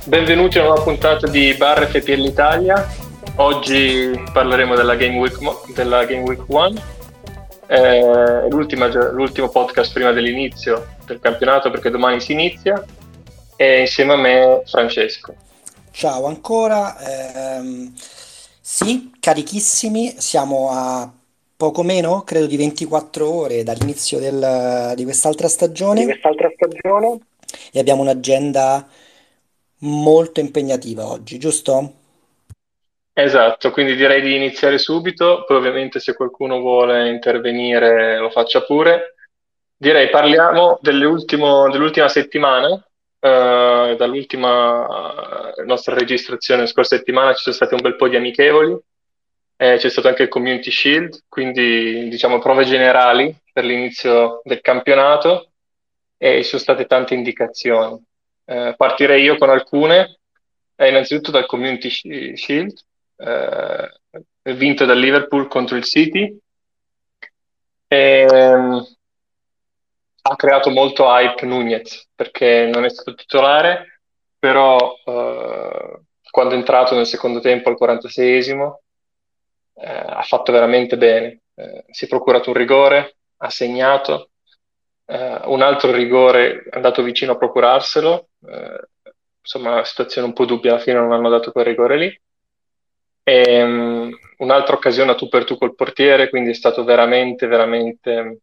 Benvenuti a una nuova puntata di Bar FPL Italia. Oggi parleremo della Game Week 1, è l'ultimo podcast prima dell'inizio del campionato perché domani si inizia e insieme a me Francesco. Ciao ancora, sì, carichissimi, siamo a poco meno, credo di 24 ore dall'inizio di quest'altra Di stagione quest'altra stagione? e abbiamo un'agenda molto impegnativa oggi, giusto? Esatto, quindi direi di iniziare subito, poi ovviamente se qualcuno vuole intervenire lo faccia pure. Direi parliamo dell'ultima settimana, dall'ultima nostra registrazione scorsa settimana ci sono stati un bel po' di amichevoli, c'è stato anche il Community Shield, quindi diciamo prove generali per l'inizio del campionato e ci sono state tante indicazioni. Partirei io con alcune, innanzitutto dal Shield, vinto dal Liverpool contro il City. Ehm, Ha creato molto hype Nunez perché non è stato titolare, però quando è entrato nel secondo tempo al 46esimo ha fatto veramente bene. Si è procurato un rigore, ha segnato, un altro rigore è andato vicino a procurarselo, insomma una situazione un po' dubbia, alla fine non hanno dato quel rigore lì. Un'altra occasione a tu per tu col portiere, quindi è stato veramente, veramente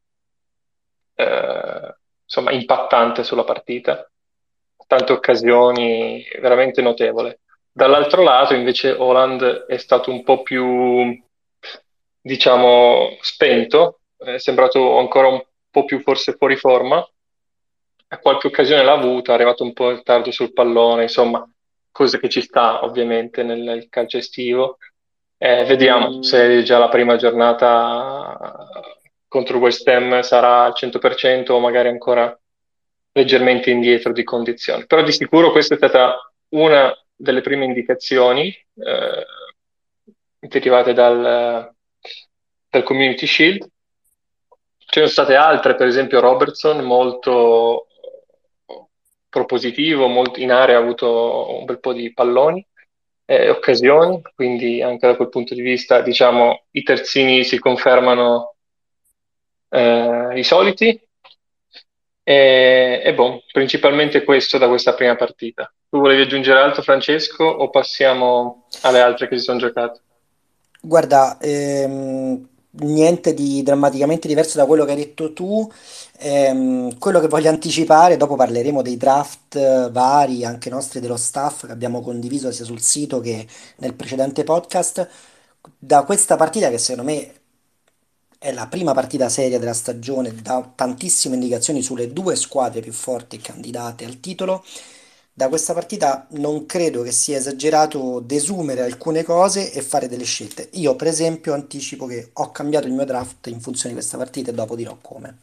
insomma, impattante sulla partita. Tante occasioni, veramente notevole. Dall'altro lato, invece, Haaland è stato un po' più, diciamo, spento, è sembrato ancora un po' più forse fuori forma. A qualche occasione l'ha avuta, è arrivato un po' in tardo sul pallone, insomma, cose che ci sta ovviamente nel calcio estivo. Vediamo se già la prima giornata contro il West Ham sarà al 100% o magari ancora leggermente indietro di condizioni. Però di sicuro questa è stata una delle prime indicazioni derivate dal Community Shield. Ce ne sono state altre, per esempio Robertson, molto propositivo, molto in area ha avuto un bel po' di palloni occasioni, quindi anche da quel punto di vista, diciamo, i terzini si confermano i soliti boh, principalmente questo da questa prima partita. Tu volevi aggiungere altro, Francesco, o passiamo alle altre che si sono giocate? Guarda, niente di drammaticamente diverso da quello che hai detto tu. Quello che voglio anticipare, dopo parleremo dei draft vari, anche nostri dello staff che abbiamo condiviso sia sul sito che nel precedente podcast. Da questa partita, che secondo me è la prima partita seria della stagione, dà tantissime indicazioni sulle due squadre più forti e candidate al titolo. Da questa partita non credo che sia esagerato desumere alcune cose e fare delle scelte. Io, per esempio, anticipo che ho cambiato il mio draft in funzione di questa partita e dopo dirò come.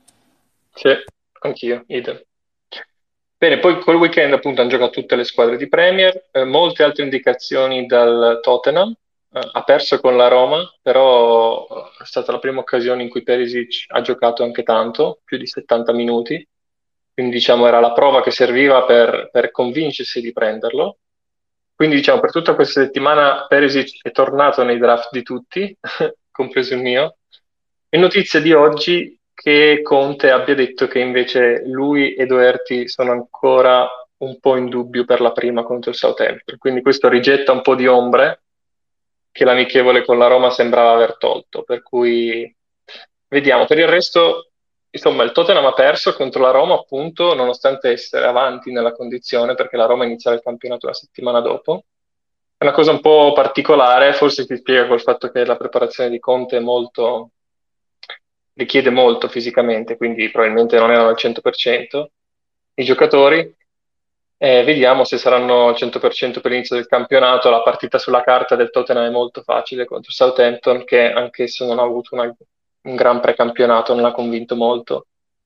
Sì, anch'io, idem. Bene, poi quel weekend appunto hanno giocato tutte le squadre di Premier, molte altre indicazioni dal Tottenham, ha perso con la Roma, però è stata la prima occasione in cui Perisic ha giocato anche tanto, più di 70 minuti, quindi diciamo era la prova che serviva per convincersi di prenderlo. Quindi diciamo per tutta questa settimana Perisic è tornato nei draft di tutti, compreso il mio. È notizia di oggi che Conte abbia detto che invece lui e Doherty sono ancora un po' in dubbio per la prima contro il Southampton. Quindi questo rigetta un po' di ombre che l'amichevole con la Roma sembrava aver tolto. Per cui vediamo. Per il resto, insomma, il Tottenham ha perso contro la Roma, appunto, nonostante essere avanti nella condizione, perché la Roma inizierà il campionato una settimana dopo. È una cosa un po' particolare, forse si spiega col fatto che la preparazione di Conte è molto, richiede molto fisicamente, quindi probabilmente non erano al 100% i giocatori. Vediamo se saranno al 100% per l'inizio del campionato. La partita sulla carta del Tottenham è molto facile contro Southampton, che anch'esso non ha avuto un gran precampionato, non ha convinto molto.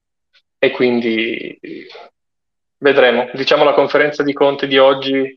E quindi vedremo. Diciamo la conferenza di Conte di oggi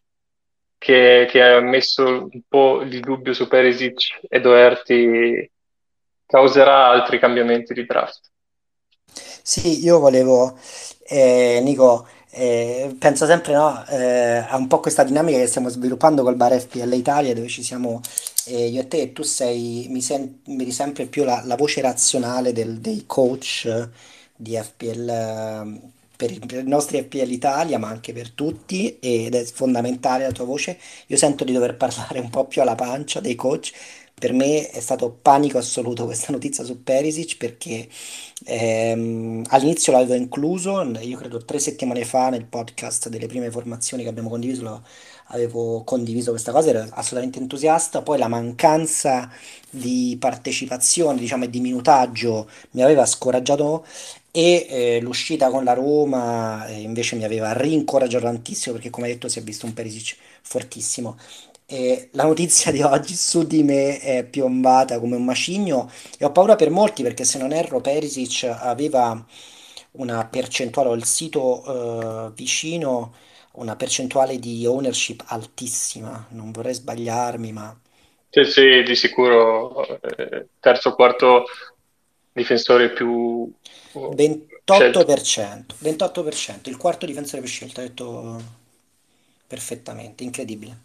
che ha messo un po' di dubbio su Perisic e Doherty causerà altri cambiamenti di draft. Sì, io volevo, Nico, Penso sempre, no, a un po' questa dinamica che stiamo sviluppando col bar FPL Italia, dove ci siamo io e te, e tu sei, mi sempre più la voce razionale dei coach di FPL, per i nostri FPL Italia, ma anche per tutti, ed è fondamentale la tua voce. Io sento di dover parlare un po' più alla pancia dei coach. Per me è stato panico assoluto questa notizia su Perisic perché all'inizio l'avevo incluso, io credo 3 settimane fa nel podcast delle prime formazioni che abbiamo condiviso, avevo condiviso questa cosa, ero assolutamente entusiasta, poi la mancanza di partecipazione, diciamo, e di minutaggio mi aveva scoraggiato e l'uscita con la Roma invece mi aveva rincoraggiato tantissimo perché come hai detto si è visto un Perisic fortissimo. E la notizia di oggi su di me è piombata come un macigno e ho paura per molti perché se non erro Perisic aveva una percentuale, ho il sito vicino, una percentuale di ownership altissima, non vorrei sbagliarmi, ma Sì, sì, di sicuro terzo o quarto difensore più scelto. 28%, 28%, il quarto difensore per scelta, ho detto perfettamente, incredibile.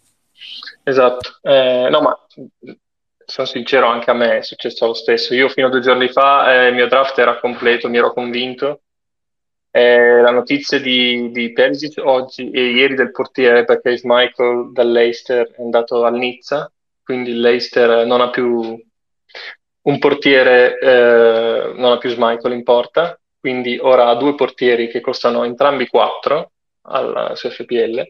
Esatto. No, ma sono sincero, anche a me è successo lo stesso. Io fino a 2 giorni fa il mio draft era completo, mi ero convinto. La notizia di Perisic oggi e ieri del portiere, perché Michael dall'Leicester è andato al Nizza, quindi il Leicester non ha più un portiere, non ha più Michael in porta, quindi ora ha due portieri che costano entrambi 4 su FPL,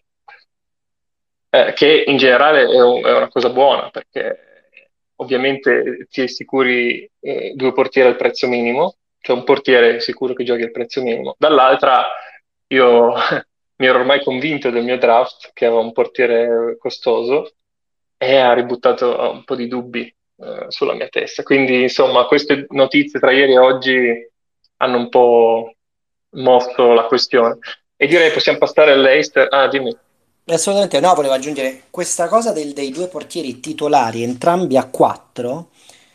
che in generale è una cosa buona perché ovviamente ti assicuri due portieri al prezzo minimo, cioè un portiere sicuro che giochi al prezzo minimo. Dall'altra io mi ero ormai convinto del mio draft che aveva un portiere costoso e ha ributtato un po' di dubbi sulla mia testa. Quindi insomma queste notizie tra ieri e oggi hanno un po' mosso la questione. E direi possiamo passare all'Eister. Ah, dimmi. Assolutamente no, volevo aggiungere questa cosa dei due portieri titolari, entrambi a 4.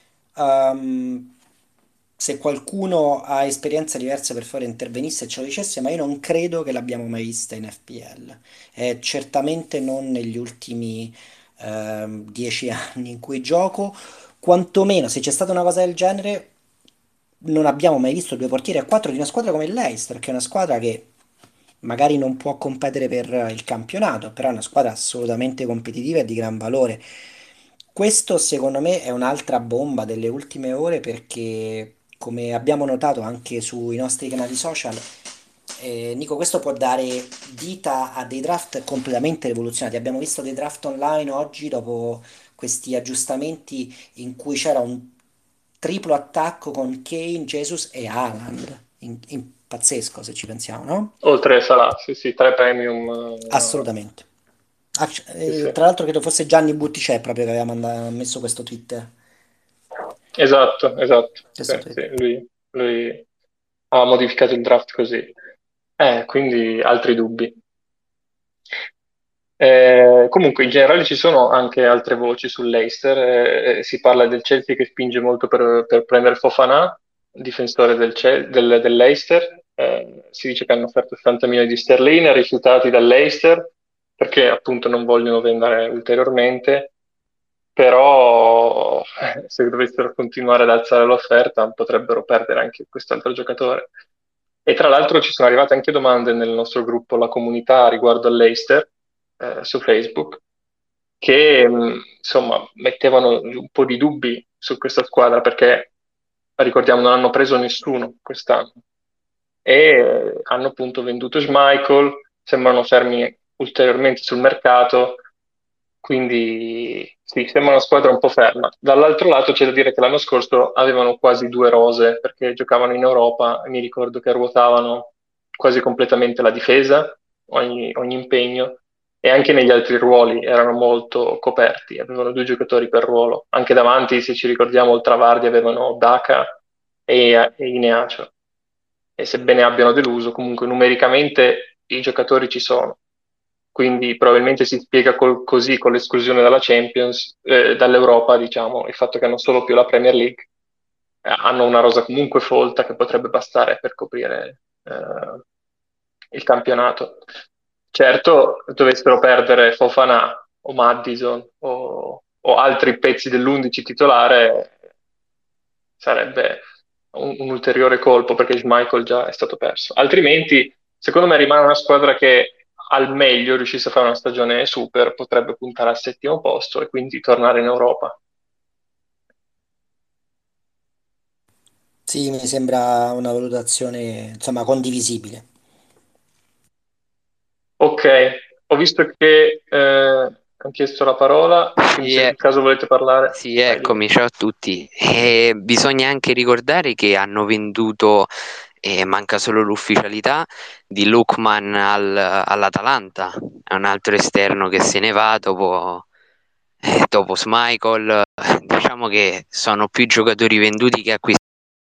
Se qualcuno ha esperienze diverse per fare intervenisse e ce lo dicesse, ma io non credo che l'abbiamo mai vista in FPL. Certamente non negli ultimi 10 anni in cui gioco, quantomeno se c'è stata una cosa del genere, non abbiamo mai visto due portieri a 4 di una squadra come il Leicester, che è una squadra che magari non può competere per il campionato, però è una squadra assolutamente competitiva e di gran valore. Questo secondo me è un'altra bomba delle ultime ore perché, come abbiamo notato anche sui nostri canali social, Nico, questo può dare vita a dei draft completamente rivoluzionati. Abbiamo visto dei draft online oggi dopo questi aggiustamenti in cui c'era un triplo attacco con Kane, Jesus e Haaland. Pazzesco se ci pensiamo, no? Oltre Salah, sì, sì, 3 premium. Assolutamente. Sì, sì. Tra l'altro credo fosse Gianni Butticè proprio che aveva messo questo tweet. Esatto, esatto. Questo Sì, tweet. sì, lui ha modificato il draft così. Quindi altri dubbi. Comunque, in generale ci sono anche altre voci sull'Eister. Si parla del Chelsea che spinge molto per prendere Fofana, difensore dell'Eister. Si dice che hanno offerto 60 milioni di sterline, rifiutati dall'Eister perché appunto non vogliono vendere ulteriormente. Però se dovessero continuare ad alzare l'offerta potrebbero perdere anche quest'altro giocatore. E tra l'altro ci sono arrivate anche domande nel nostro gruppo, la comunità, riguardo all'Eister, su Facebook, che insomma mettevano un po' di dubbi su questa squadra perché, ricordiamo, non hanno preso nessuno quest'anno e hanno appunto venduto Schmeichel, sembrano fermi ulteriormente sul mercato, quindi sì, sembra una squadra un po' ferma. Dall'altro lato c'è da dire che l'anno scorso avevano quasi due rose perché giocavano in Europa e mi ricordo che ruotavano quasi completamente la difesa, ogni impegno, e anche negli altri ruoli erano molto coperti, avevano due giocatori per ruolo. Anche davanti, se ci ricordiamo, il Travardi avevano Daka e Ineacho e sebbene abbiano deluso, comunque numericamente i giocatori ci sono. Quindi probabilmente si spiega così con l'esclusione dalla Champions, dall'Europa, diciamo, il fatto che hanno solo più la Premier League, hanno una rosa comunque folta che potrebbe bastare per coprire il campionato. Certo, dovessero perdere Fofana o Maddison o altri pezzi dell'11 titolare, sarebbe un ulteriore colpo perché Schmeichel già è stato perso. Altrimenti, secondo me, rimane una squadra che al meglio riuscisse a fare una stagione super, potrebbe puntare al settimo posto e quindi tornare in Europa. Sì, mi sembra una valutazione, insomma, condivisibile. Ok, ho visto che hanno chiesto la parola, quindi Sì, se per caso volete parlare, sì, vai dimmi. eccomi, ciao a tutti. Bisogna anche ricordare che hanno venduto, manca solo l'ufficialità, di Lookman all'Atalanta. È un altro esterno che se ne va dopo Schmeichel. Diciamo che sono più giocatori venduti che acquistati,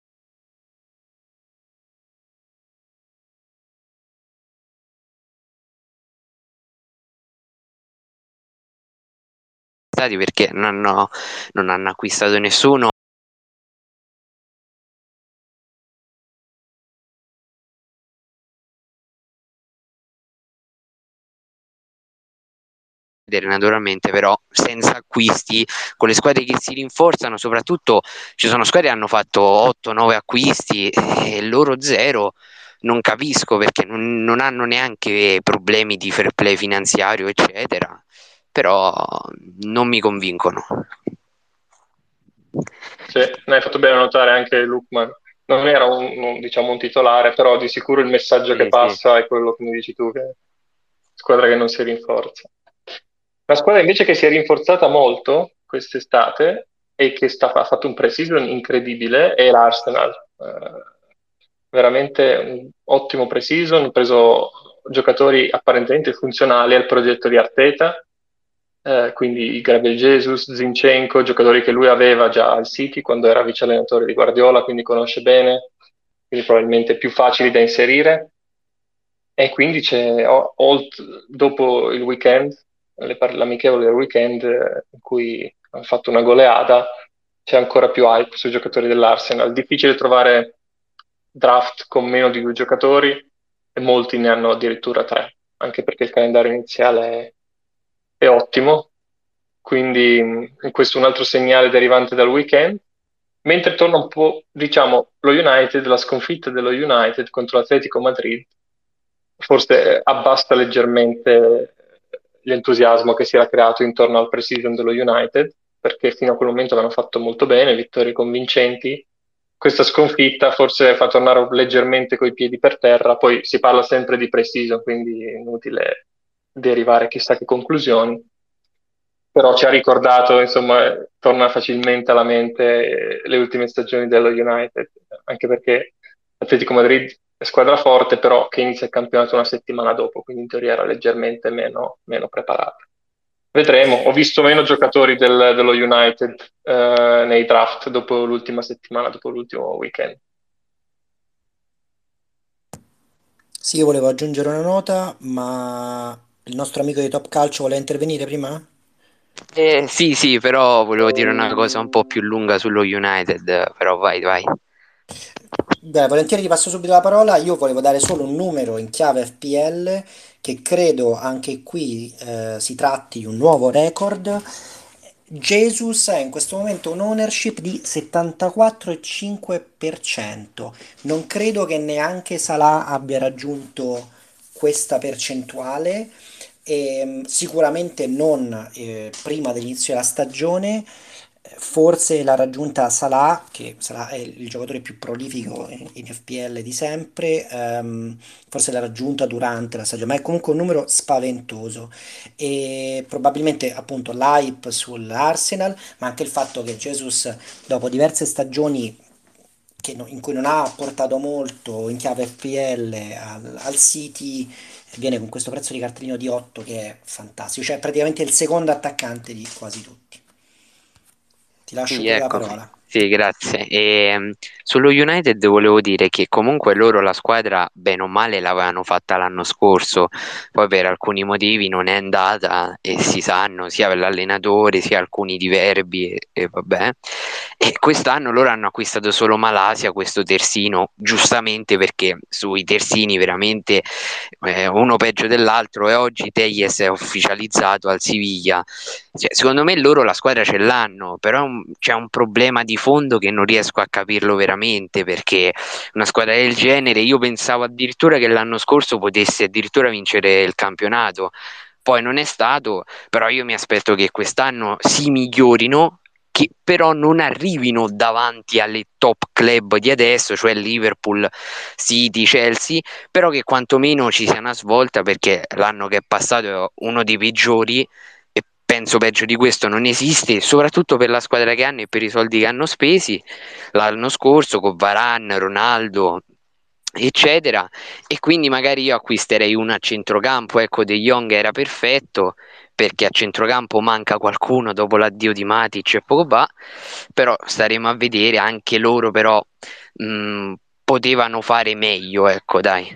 perché non hanno acquistato nessuno. Naturalmente, però senza acquisti, con le squadre che si rinforzano, soprattutto ci sono squadre che hanno fatto 8-9 acquisti e loro zero. Non capisco perché non hanno neanche problemi di fair play finanziario, eccetera, però non mi convincono. Sì, ne hai fatto bene a notare anche Lookman. Non era diciamo, un titolare, però di sicuro il messaggio che Sì, sì. passa è quello che mi dici tu, che squadra che non si rinforza. La squadra invece che si è rinforzata molto quest'estate e che ha fatto un pre-season incredibile è l'Arsenal. Veramente un ottimo pre-season, ha preso giocatori apparentemente funzionali al progetto di Arteta, quindi Gabriel Jesus, Zinchenko, giocatori che lui aveva già al City quando era vice allenatore di Guardiola, quindi conosce bene, quindi probabilmente più facili da inserire. E quindi dopo il weekend, l'amichevole del weekend in cui hanno fatto una goleada, c'è ancora più hype sui giocatori dell'Arsenal. Difficile trovare draft con meno di due giocatori e molti ne hanno addirittura tre, anche perché il calendario iniziale è ottimo. Quindi questo è un altro segnale derivante dal weekend. Mentre torna un po', diciamo, lo United, la sconfitta dello United contro l'Atletico Madrid, forse abbassa leggermente l'entusiasmo che si era creato intorno al pre-season dello United, perché fino a quel momento avevano fatto molto bene, vittorie convincenti. Questa sconfitta forse fa tornare leggermente coi piedi per terra, poi si parla sempre di pre-season, quindi è inutile derivare chissà che conclusioni, però ci ha ricordato, insomma, torna facilmente alla mente le ultime stagioni dello United, anche perché Atletico Madrid è squadra forte, però che inizia il campionato una settimana dopo, quindi in teoria era leggermente meno preparata. Vedremo, ho visto meno giocatori dello United nei draft dopo l'ultima settimana, dopo l'ultimo weekend. Sì, io volevo aggiungere una nota, ma il nostro amico di Top Calcio vuole intervenire prima? Sì, sì, però volevo dire una cosa un po' più lunga sullo United, però vai, vai. Beh, volentieri ti passo subito la parola. Io volevo dare solo un numero in chiave FPL che credo anche qui si tratti di un nuovo record. Jesus ha in questo momento un ownership di 74,5%. Non credo che neanche Salah abbia raggiunto questa percentuale. Sicuramente non prima dell'inizio della stagione. Forse l'ha raggiunta Salah, che Salah è il giocatore più prolifico in FPL di sempre, forse l'ha raggiunta durante la stagione, ma è comunque un numero spaventoso e probabilmente appunto l'hype sull'Arsenal, ma anche il fatto che Jesus dopo diverse stagioni in cui non ha portato molto in chiave FPL al City, viene con questo prezzo di cartellino di 8 che è fantastico, cioè praticamente il secondo attaccante di quasi tutti. Ti lascio Sì, pure la ecco. parola. Sì, grazie. Sullo United volevo dire che comunque loro la squadra, bene o male, l'avevano fatta l'anno scorso, poi per alcuni motivi non è andata e si sanno sia per l'allenatore sia alcuni diverbi e vabbè. E quest'anno loro hanno acquistato solo Malasia, questo terzino, giustamente perché sui terzini veramente uno peggio dell'altro e oggi Telles è ufficializzato al Siviglia. Cioè, secondo me loro la squadra ce l'hanno, però c'è un problema di fondo che non riesco a capirlo veramente, perché una squadra del genere, io pensavo addirittura che l'anno scorso potesse addirittura vincere il campionato, poi non è stato, però io mi aspetto che quest'anno si migliorino, che però non arrivino davanti alle top club di adesso, cioè Liverpool, City, Chelsea, però che quantomeno ci sia una svolta, perché l'anno che è passato è uno dei peggiori e penso peggio di questo non esiste, soprattutto per la squadra che hanno e per i soldi che hanno spesi l'anno scorso con Varane, Ronaldo, eccetera. E quindi magari io acquisterei uno a centrocampo. Ecco, De Jong era perfetto perché a centrocampo manca qualcuno dopo l'addio di Matic e Pogba, però staremo a vedere. Anche loro però potevano fare meglio, ecco, dai.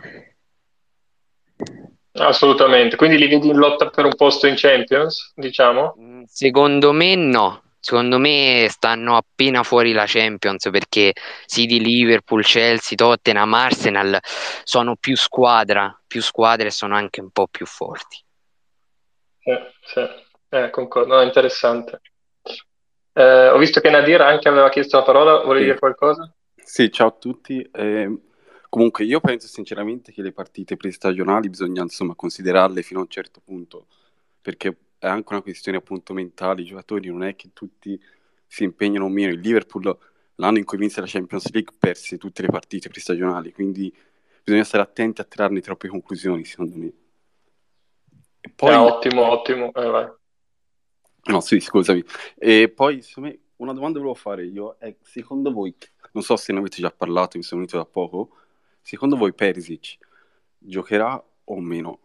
Assolutamente. Quindi li vedi in lotta per un posto in Champions, diciamo? Secondo me no. Secondo me stanno appena fuori la Champions, perché City, Liverpool, Chelsea, Tottenham, Arsenal sono più squadre e sono anche un po' più forti. Sì, sì. Concordo. No, interessante. Ho visto che Nadir anche aveva chiesto la parola, volevi Sì, dire qualcosa? sì, ciao a tutti. Comunque io penso sinceramente che le partite prestagionali bisogna insomma considerarle fino a un certo punto, perché è anche una questione appunto mentale, i giocatori non è che tutti si impegnano o meno. Il Liverpool l'anno in cui vinse la Champions League perse tutte le partite prestagionali, quindi bisogna stare attenti a trarne troppe conclusioni, secondo me. E poi, Ottimo, ottimo. Vai. no, sì, scusami. E poi, secondo me, una domanda volevo fare io è, secondo voi, non so se ne avete già parlato, mi sono venuto da poco, secondo voi Perisic giocherà o meno?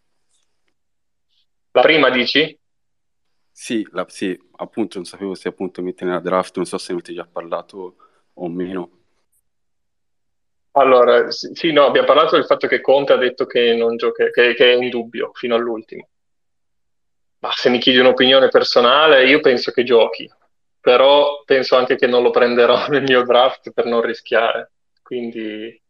La prima dici? Sì, sì, appunto, non sapevo se appunto mettere nella draft, non so se ne avete già parlato o meno. Allora, sì, sì, no, abbiamo parlato del fatto che Conte ha detto che non che è in dubbio fino all'ultimo. Ma se mi chiedi un'opinione personale, io penso che giochi, però penso anche che non lo prenderò nel mio draft per non rischiare. Quindi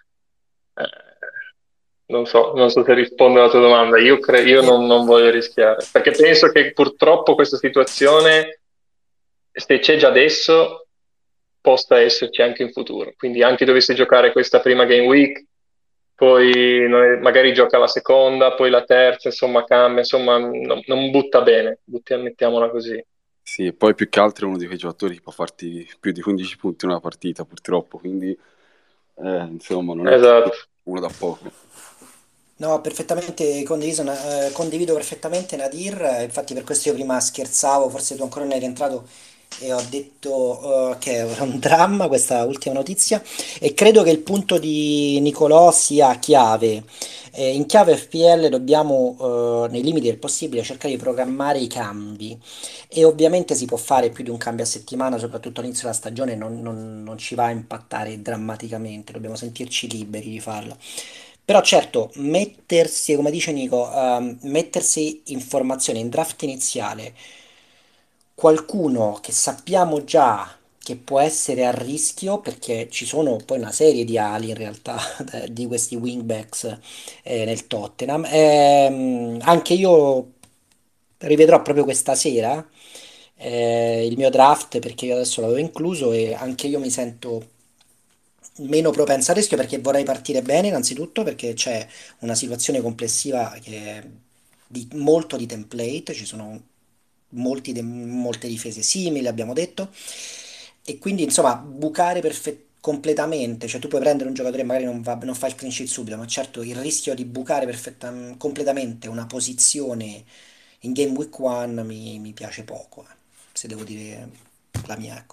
non so se rispondo alla tua domanda. Io Eh, non voglio rischiare, perché penso che purtroppo questa situazione, se c'è già adesso, possa esserci anche in futuro. Quindi anche dovessi giocare questa prima game week, poi magari gioca la seconda, poi la terza, insomma cambia, insomma non butta bene, mettiamola così. Sì, e poi più che altro è uno di quei giocatori che può farti più di 15 punti in una partita, purtroppo, quindi insomma non è proprio Esatto. uno da poco. No, perfettamente condiviso, condivido perfettamente Nadir, infatti per questo io prima scherzavo, forse tu ancora non eri entrato e ho detto che era un dramma questa ultima notizia e credo che il punto di Nicolò sia chiave. In chiave FPL dobbiamo, nei limiti del possibile, cercare di programmare i cambi e ovviamente si può fare più di un cambio a settimana, soprattutto all'inizio della stagione non ci va a impattare drammaticamente, dobbiamo sentirci liberi di farlo. Però certo, mettersi, come dice Nico, mettersi in formazione in draft iniziale, qualcuno che sappiamo già che può essere a rischio, perché ci sono poi una serie di ali in realtà di questi wingbacks nel Tottenham. Anche io rivedrò proprio questa sera il mio draft perché io adesso l'avevo incluso e anche io mi sento meno propensa a rischio perché vorrei partire bene innanzitutto perché c'è una situazione complessiva che è molto di template, ci sono molte difese simili, abbiamo detto, e quindi insomma bucare completamente, cioè tu puoi prendere un giocatore e magari non fa il clean sheet subito, ma certo il rischio di bucare completamente una posizione in Game Week 1 mi piace poco, se devo dire la mia, ecco.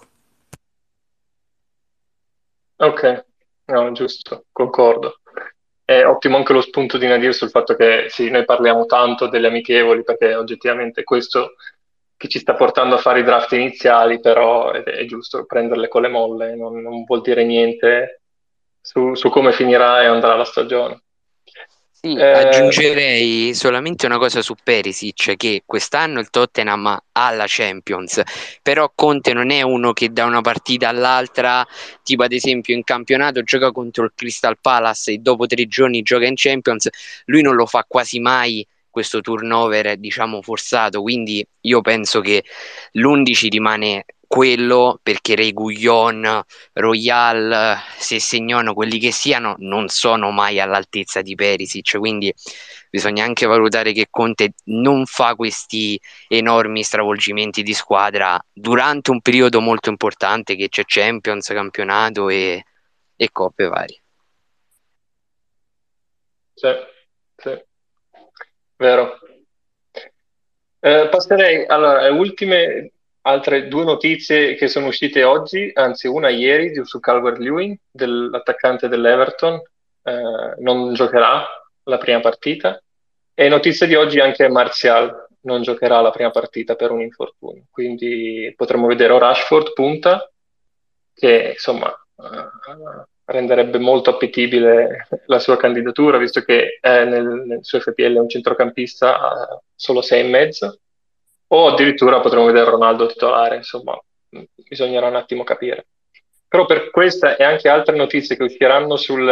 Ok, no, giusto, concordo. È ottimo anche lo spunto di Nadir sul fatto che sì, noi parliamo tanto delle amichevoli perché oggettivamente questo che ci sta portando a fare i draft iniziali, però è giusto prenderle con le molle, non vuol dire niente su come finirà e andrà la stagione. Sì, Eh, aggiungerei solamente una cosa su Perisic, che quest'anno il Tottenham ha la Champions, però Conte non è uno che da una partita all'altra, tipo ad esempio in campionato gioca contro il Crystal Palace e dopo 3 giorni gioca in Champions, lui non lo fa quasi mai questo turnover, diciamo, forzato, quindi io penso che l'11 rimane quello perché Reguilon, Royal, Sessegnon, quelli che siano, non sono mai all'altezza di Perisic, quindi bisogna anche valutare che Conte non fa questi enormi stravolgimenti di squadra durante un periodo molto importante che c'è Champions, campionato e coppe varie. sì, sì, vero. Passerei allora alle ultime altre due notizie che sono uscite oggi, anzi una ieri su Calvert-Lewin, dell'attaccante dell'Everton, non giocherà la prima partita. E notizia di oggi anche Martial non giocherà la prima partita per un infortunio, quindi potremo vedere o Rashford punta, che insomma renderebbe molto appetibile la sua candidatura, visto che nel suo FPL è un centrocampista a solo 6,5, o addirittura potremo vedere Ronaldo titolare, insomma, bisognerà un attimo capire. Però per questa e anche altre notizie che usciranno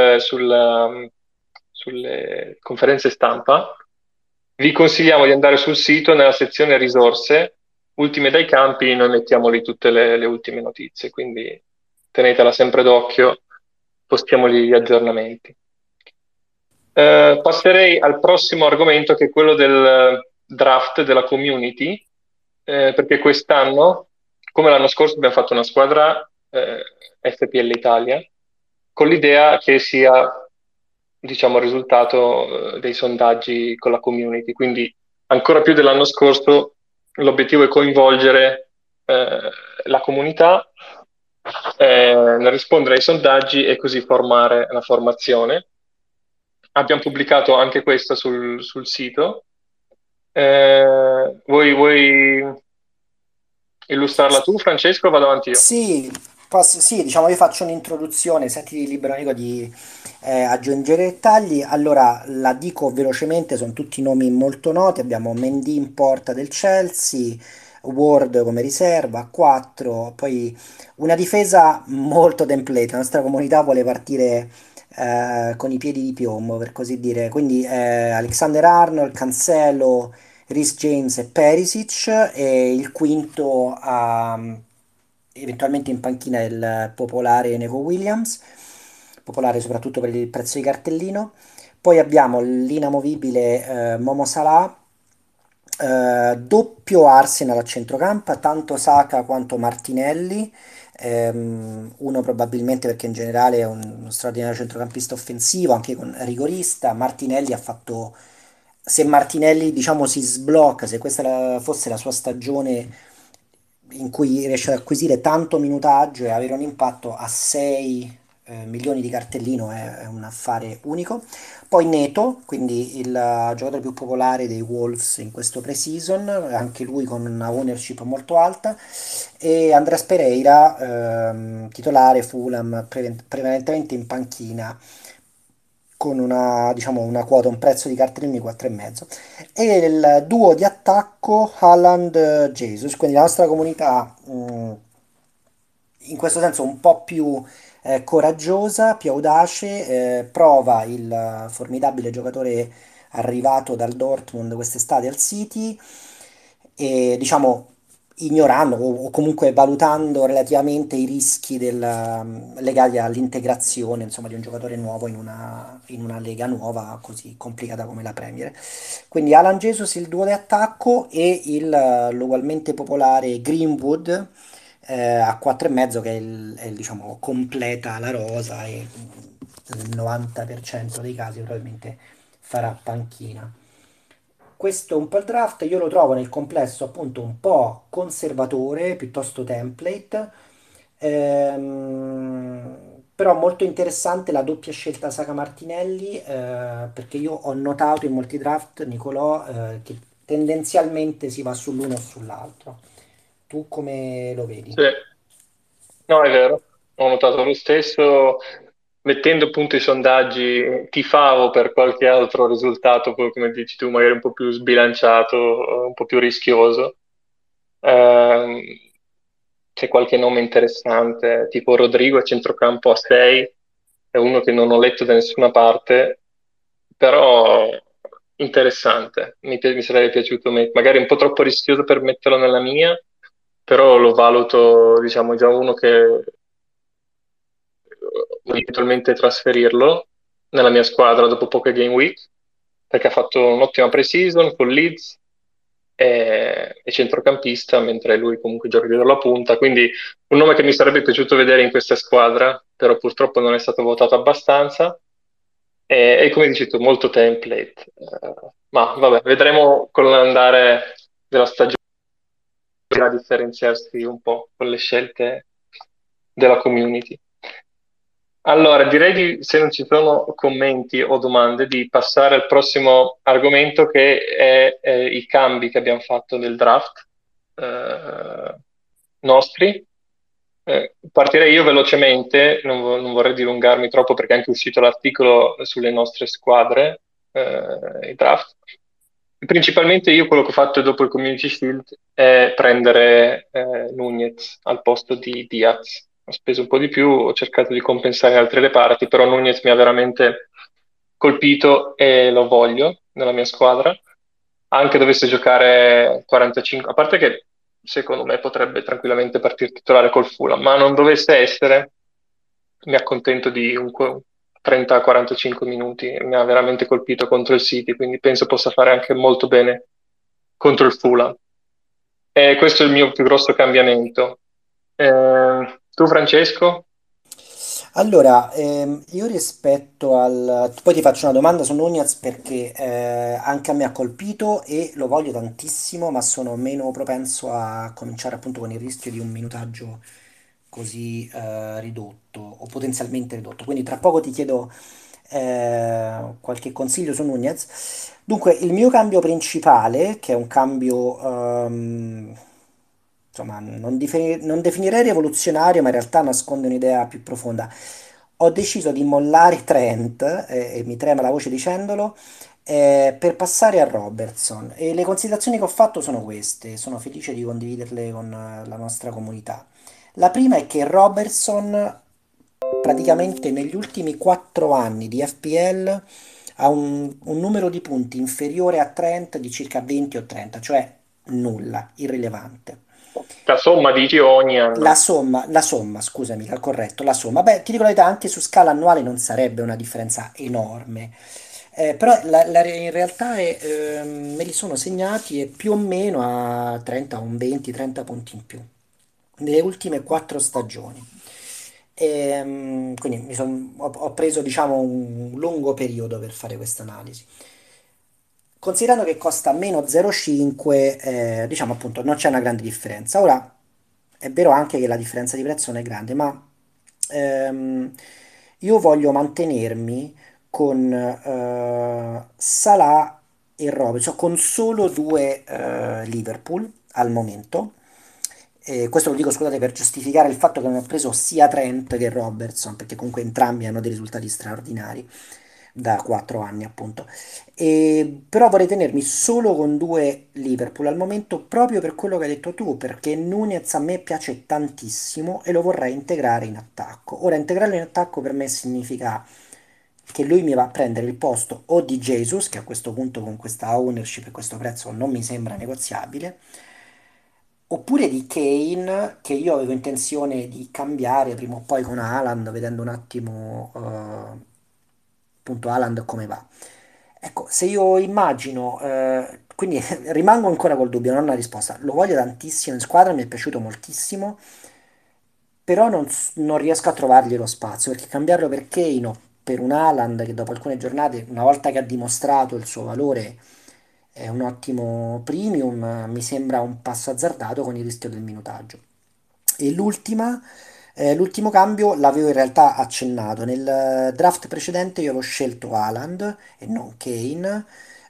sulle conferenze stampa, vi consigliamo di andare sul sito nella sezione risorse, ultime dai campi, noi mettiamo lì tutte le ultime notizie, quindi tenetela sempre d'occhio, postiamo lì gli aggiornamenti. Passerei al prossimo argomento che è quello del draft della community, perché quest'anno, come l'anno scorso, abbiamo fatto una squadra FPL Italia con l'idea che sia, diciamo, il risultato dei sondaggi con la community. Quindi ancora più dell'anno scorso l'obiettivo è coinvolgere la comunità nel rispondere ai sondaggi e così formare la formazione. Abbiamo pubblicato anche questo sul sito. Vuoi illustrarla tu, Francesco, o vado avanti io? Sì, sì, diciamo io faccio un'introduzione, sentiti libero amico di aggiungere dettagli. Allora, la dico velocemente, sono tutti nomi molto noti, abbiamo Mendy in porta del Chelsea, Ward come riserva, a 4, poi una difesa molto template, la nostra comunità vuole partire con i piedi di piombo, per così dire, quindi Alexander Arnold, Cancelo, Reece James e Perisic, e il quinto eventualmente in panchina il popolare Neco Williams, popolare soprattutto per il prezzo di cartellino. Poi abbiamo l'inamovibile Momo Salah, doppio Arsenal a centrocampo, tanto Saka quanto Martinelli. Uno probabilmente perché in generale è uno straordinario centrocampista offensivo, anche con rigorista. Martinelli ha fatto, se Martinelli diciamo si sblocca, se questa fosse la sua stagione in cui riesce ad acquisire tanto minutaggio e avere un impatto a 6 milioni di cartellino è un affare unico. Poi Neto, quindi il giocatore più popolare dei Wolves in questo pre-season, anche lui con una ownership molto alta, e Andreas Pereira, titolare Fulham, prevalentemente in panchina, con una, diciamo, una quota, un prezzo di cartellini 4,5. E il duo di attacco Haaland-Jesus, quindi la nostra comunità in questo senso un po' più coraggiosa, più audace, prova il formidabile giocatore arrivato dal Dortmund quest'estate al City e diciamo ignorando o comunque valutando relativamente i rischi legati all'integrazione, insomma, di un giocatore nuovo in una lega nuova così complicata come la Premier. Quindi Alan Jesus il duo di attacco e l'ugualmente popolare Greenwood a 4,5 che diciamo, completa la rosa e nel 90% dei casi probabilmente farà panchina. Questo è un po' il draft, io lo trovo nel complesso appunto un po' conservatore, piuttosto template, però molto interessante la doppia scelta Saka Martinelli, perché io ho notato in molti draft, Nicolò, che tendenzialmente si va sull'uno o sull'altro. Tu come lo vedi? Sì. No, è vero, ho notato lo stesso. Mettendo appunto i sondaggi, tifavo per qualche altro risultato, poi come dici tu, magari un po' più sbilanciato, un po' più rischioso. Ehm, C'è qualche nome interessante, tipo Rodrigo a centrocampo a 6, è uno che non ho letto da nessuna parte, però interessante. Mi sarebbe piaciuto, magari un po' troppo rischioso per metterlo nella mia, però lo valuto, diciamo, già uno che eventualmente trasferirlo nella mia squadra dopo poche game week, perché ha fatto un'ottima pre-season con Leeds e centrocampista, mentre lui comunque gioca dietro la punta, quindi un nome che mi sarebbe piaciuto vedere in questa squadra, però purtroppo non è stato votato abbastanza. E come dici tu, molto template. Ma vabbè, vedremo con l'andare della stagione a differenziarsi un po' con le scelte della community. Allora, direi se non ci sono commenti o domande, di passare al prossimo argomento che è i cambi che abbiamo fatto nel draft eh, nostri. Partirei io velocemente, non vorrei dilungarmi troppo perché è anche uscito l'articolo sulle nostre squadre, i draft. Principalmente io quello che ho fatto dopo il Community Shield è prendere Nunez al posto di Diaz. Ho speso un po' di più, ho cercato di compensare in altre reparti, però Nunez mi ha veramente colpito e lo voglio nella mia squadra. Anche dovesse giocare 45, a parte che secondo me potrebbe tranquillamente partire titolare col Fulham, ma non dovesse essere, mi accontento di un 30-45 minuti, mi ha veramente colpito contro il City, quindi penso possa fare anche molto bene contro il Fulham. E questo è il mio più grosso cambiamento. Tu, Francesco? Allora, io rispetto al... Poi ti faccio una domanda su Nunez perché anche a me ha colpito e lo voglio tantissimo, ma sono meno propenso a cominciare appunto con il rischio di un minutaggio così ridotto o potenzialmente ridotto. Quindi tra poco ti chiedo qualche consiglio su Nunez. Dunque, il mio cambio principale, che è un cambio, insomma, non definirei rivoluzionario, ma in realtà nasconde un'idea più profonda. Ho deciso di mollare Trent, e mi trema la voce dicendolo, per passare a Robertson. E le considerazioni che ho fatto sono queste, sono felice di condividerle con la nostra comunità. La prima è che Robertson praticamente negli ultimi 4 anni di FPL ha un numero di punti inferiore a Trent di circa 20 o 30, cioè nulla, irrilevante. La somma dici ogni anno? La somma, scusami, al corretto, la somma. Beh, ti dico la verità, anche su scala annuale non sarebbe una differenza enorme. Però in realtà me li sono segnati e più o meno a 30, un 20-30 punti in più nelle ultime 4 stagioni. Quindi ho preso, diciamo, un lungo periodo per fare questa analisi. Considerando che costa meno 0,5, diciamo appunto non c'è una grande differenza. Ora, è vero anche che la differenza di prezzo non è grande, ma ehm, io voglio mantenermi con Salah e Robertson, con solo due Liverpool al momento. Questo lo dico, scusate, per giustificare il fatto che non ho preso sia Trent che Robertson, perché comunque entrambi hanno dei risultati straordinari da 4 anni, appunto. Però vorrei tenermi solo con due Liverpool al momento, proprio per quello che hai detto tu, perché Nunez a me piace tantissimo e lo vorrei integrare in attacco. Ora, integrarlo in attacco per me significa che lui mi va a prendere il posto o di Jesus, che a questo punto con questa ownership e questo prezzo non mi sembra negoziabile, oppure di Kane, che io avevo intenzione di cambiare prima o poi con Haaland, vedendo un attimo appunto Haaland come va. Ecco, se io immagino, quindi rimango ancora col dubbio, non ho una risposta. Lo voglio tantissimo in squadra, mi è piaciuto moltissimo, però non riesco a trovargli lo spazio, perché cambiarlo per Kane o per un Haaland che dopo alcune giornate, una volta che ha dimostrato il suo valore, è un ottimo premium, mi sembra un passo azzardato con il rischio del minutaggio. E l'ultimo cambio l'avevo in realtà accennato. Nel draft precedente io avevo scelto Haaland e non Kane,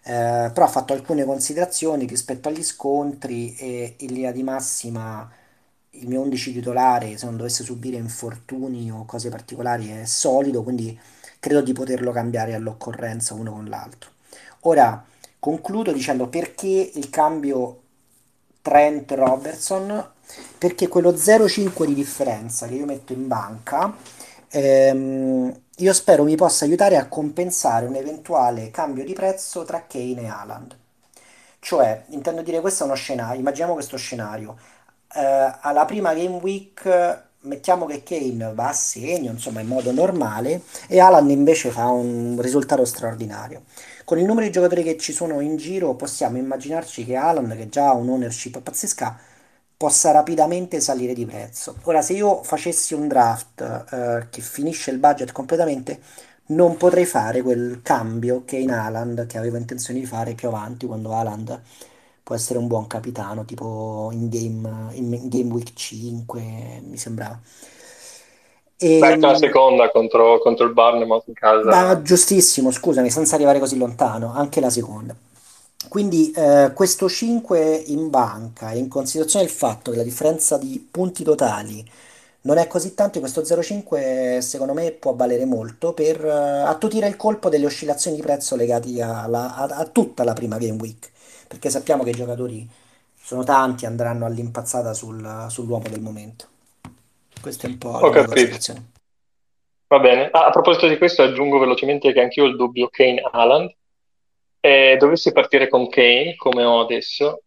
però ha fatto alcune considerazioni rispetto agli scontri e in linea di massima il mio 11 titolare, se non dovesse subire infortuni o cose particolari, è solido, quindi credo di poterlo cambiare all'occorrenza uno con l'altro. Ora, concludo dicendo perché il cambio Trent Robertson, perché quello 0,5 di differenza che io metto in banca, io spero mi possa aiutare a compensare un eventuale cambio di prezzo tra Kane e Haaland. Cioè, intendo dire, questo è uno scenario, immaginiamo questo scenario. Alla prima game week mettiamo che Kane va a segno, insomma, in modo normale, e Haaland invece fa un risultato straordinario. Con il numero di giocatori che ci sono in giro, possiamo immaginarci che Haaland, che già ha un'ownership pazzesca, possa rapidamente salire di prezzo. Ora, se io facessi un draft che finisce il budget completamente, non potrei fare quel cambio che in Haaland che avevo intenzione di fare più avanti, quando Haaland può essere un buon capitano, tipo in game week 5, mi sembrava. Beh, anche la E, seconda contro il Bournemouth in ma casa. giustissimo, scusami, senza arrivare così lontano, anche la seconda. Quindi questo 5 in banca, in considerazione del fatto che la differenza di punti totali non è così tanto, questo 0,5 secondo me può valere molto per attutire il colpo delle oscillazioni di prezzo legati a tutta la prima game week, perché sappiamo che i giocatori sono tanti, andranno all'impazzata sull'uomo del momento. Questa è un po' Ho la mia capito. considerazione. Va bene. Ah, a proposito di questo, aggiungo velocemente che anch'io ho il dubbio Kane-Haaland. Dovessi partire con Kane, come ho adesso,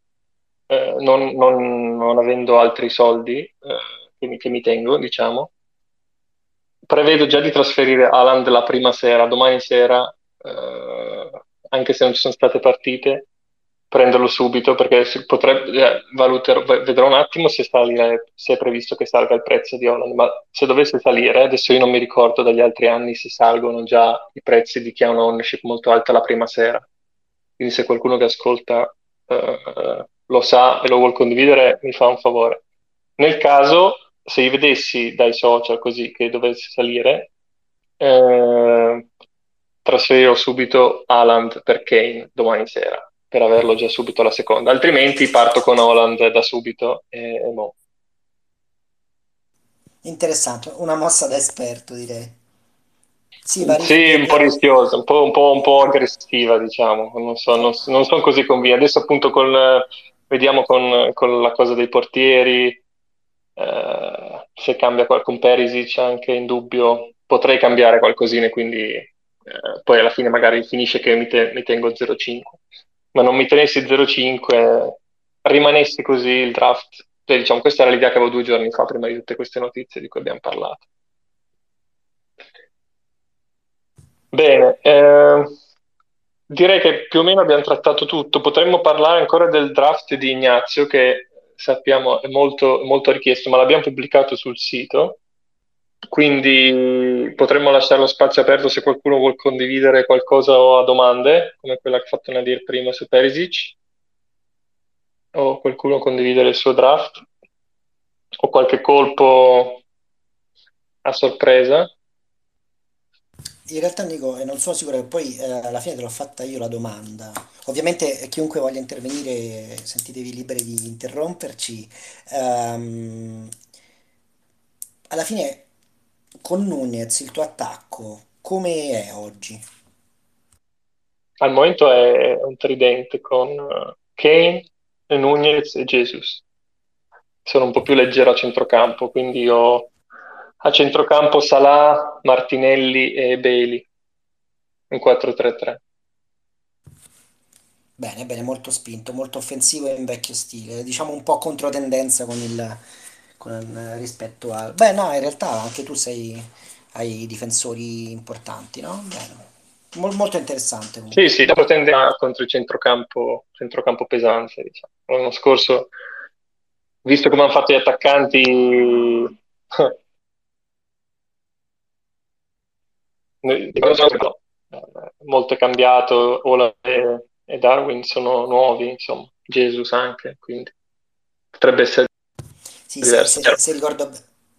non avendo altri soldi che mi tengo, diciamo, prevedo già di trasferire Haaland la prima sera, domani sera, anche se non ci sono state partite, prenderlo subito perché potrebbe, vedrò un attimo se è previsto che salga il prezzo di Haaland, ma se dovesse salire, adesso io non mi ricordo dagli altri anni se salgono già i prezzi di chi ha una ownership molto alta la prima sera. Quindi se qualcuno che ascolta lo sa e lo vuol condividere, mi fa un favore. Nel caso, se io vedessi dai social così che dovesse salire, eh, trasferirò subito Haaland per Kane domani sera, per averlo già subito alla seconda. Altrimenti parto con Haaland da subito e mo. Interessante, una mossa da esperto direi. Sì, vari, Sì, un po' rischiosa, un po' aggressiva, diciamo. Non sono così convinto. Adesso appunto vediamo con la cosa dei portieri, se cambia con Perisic anche in dubbio, potrei cambiare qualcosina e quindi poi alla fine magari finisce che mi tengo 0,5. Ma non mi tenessi 0,5, rimanessi così il draft. Cioè, diciamo, questa era l'idea che avevo 2 giorni fa, prima di tutte queste notizie di cui abbiamo parlato. Bene, direi che più o meno abbiamo trattato tutto. Potremmo parlare ancora del draft di Ignazio, che sappiamo è molto, molto richiesto, ma l'abbiamo pubblicato sul sito, quindi potremmo lasciare lo spazio aperto se qualcuno vuol condividere qualcosa o ha domande, come quella che ha fatto Nadir prima su Perisic, o qualcuno condividere il suo draft, o qualche colpo a sorpresa. In realtà Nico, non sono sicuro che poi alla fine te l'ho fatta io la domanda. Ovviamente chiunque voglia intervenire, sentitevi liberi di interromperci. Ehm, Alla fine con Nunez il tuo attacco come è oggi? Al momento è un tridente con Kane, Nunez e Jesus. Sono un po' più leggero a centrocampo, quindi ho a centrocampo Salah, Martinelli e Bailey in 4-3-3. Bene, bene, molto spinto, molto offensivo e in vecchio stile, diciamo un po' controtendenza rispetto a... Beh, no, in realtà anche tu hai difensori importanti, no? Bene. Molto interessante Sì, comunque. sì, dopo tende contro il centrocampo pesante, diciamo. L'anno scorso, visto come hanno fatto gli attaccanti, molto è cambiato, Ola e Darwin sono nuovi, insomma, Jesus anche, quindi potrebbe essere Sì, diverso. se ricordo...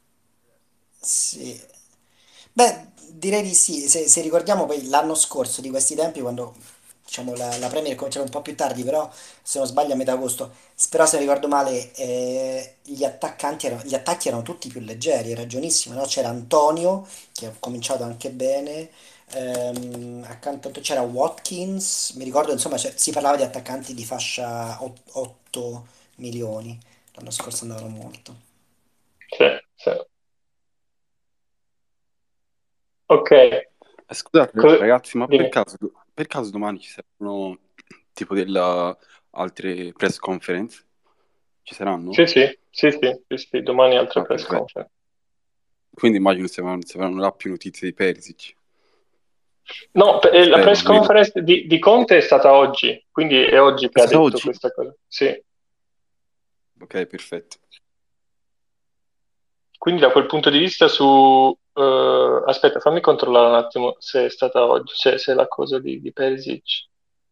Sì. Beh, direi di sì, se ricordiamo poi l'anno scorso di questi tempi, quando diciamo, la Premier comincerà un po' più tardi, però se non sbaglio a metà agosto. Però se non ricordo male, gli attacchi erano tutti più leggeri, hai ragionissimo, no? C'era Antonio, che ha cominciato anche bene, accanto c'era Watkins, mi ricordo, insomma, si parlava di attaccanti di fascia 8 milioni, l'anno scorso andavano molto. Sì, sì. Ok, Scusate, co- ragazzi, ma dimmi. per caso domani ci saranno tipo altre press conference? Ci saranno? Sì, sì, sì, sì, sì, sì, domani altre Ah, press perfetto. conference. Quindi immagino se avranno là più notizie di Perisic. No, la Spero press almeno. conference di Conte è stata oggi, quindi è oggi È che ha stato detto oggi? questa cosa. Sì, Ok, perfetto. quindi da quel punto di vista aspetta, fammi controllare un attimo se è stata oggi, se è la cosa di Perisic.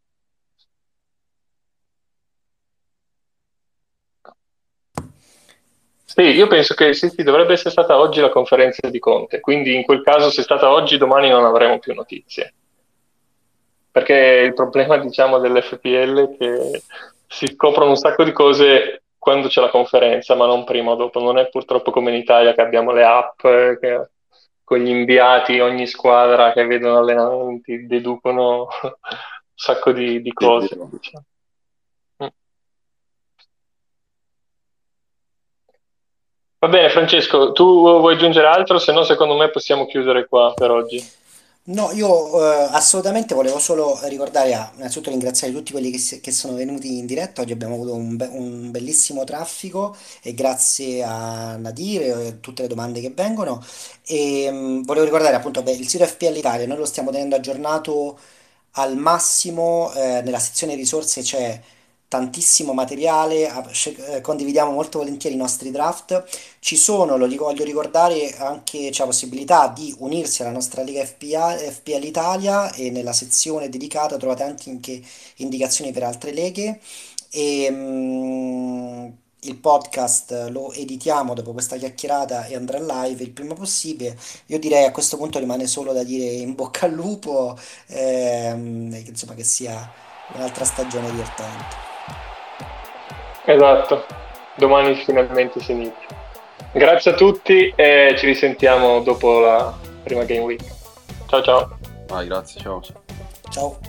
Sì, io penso che sì, sì, dovrebbe essere stata oggi la conferenza di Conte, quindi in quel caso se è stata oggi, domani non avremo più notizie. Perché il problema, diciamo, dell'FPL è che si scoprono un sacco di cose quando c'è la conferenza, ma non prima o dopo. Non è purtroppo come in Italia che abbiamo le app con gli inviati, ogni squadra che vedono allenamenti, deducono un sacco di Sì, è cose, vero. diciamo. Mm. Va bene, Francesco, tu vuoi aggiungere altro? Se no, secondo me possiamo chiudere qua per oggi. No, io assolutamente volevo solo ricordare, innanzitutto ringraziare tutti quelli che sono venuti in diretta. Oggi abbiamo avuto un bellissimo traffico e grazie a Nadir e a tutte le domande che vengono. E volevo ricordare appunto, beh, il sito FPL Italia, noi lo stiamo tenendo aggiornato al massimo, nella sezione risorse c'è tantissimo materiale, condividiamo molto volentieri i nostri draft. Ci sono, voglio ricordare, anche c'è la possibilità di unirsi alla nostra Lega FPL Italia e nella sezione dedicata trovate anche indicazioni per altre leghe e il podcast lo editiamo dopo questa chiacchierata e andrà live il prima possibile. Io direi a questo punto rimane solo da dire in bocca al lupo, e che, insomma, che sia un'altra stagione divertente. Esatto, domani finalmente si inizia. Grazie a tutti e ci risentiamo dopo la prima Game Week. Ciao ciao. Vai, grazie, ciao. Ciao.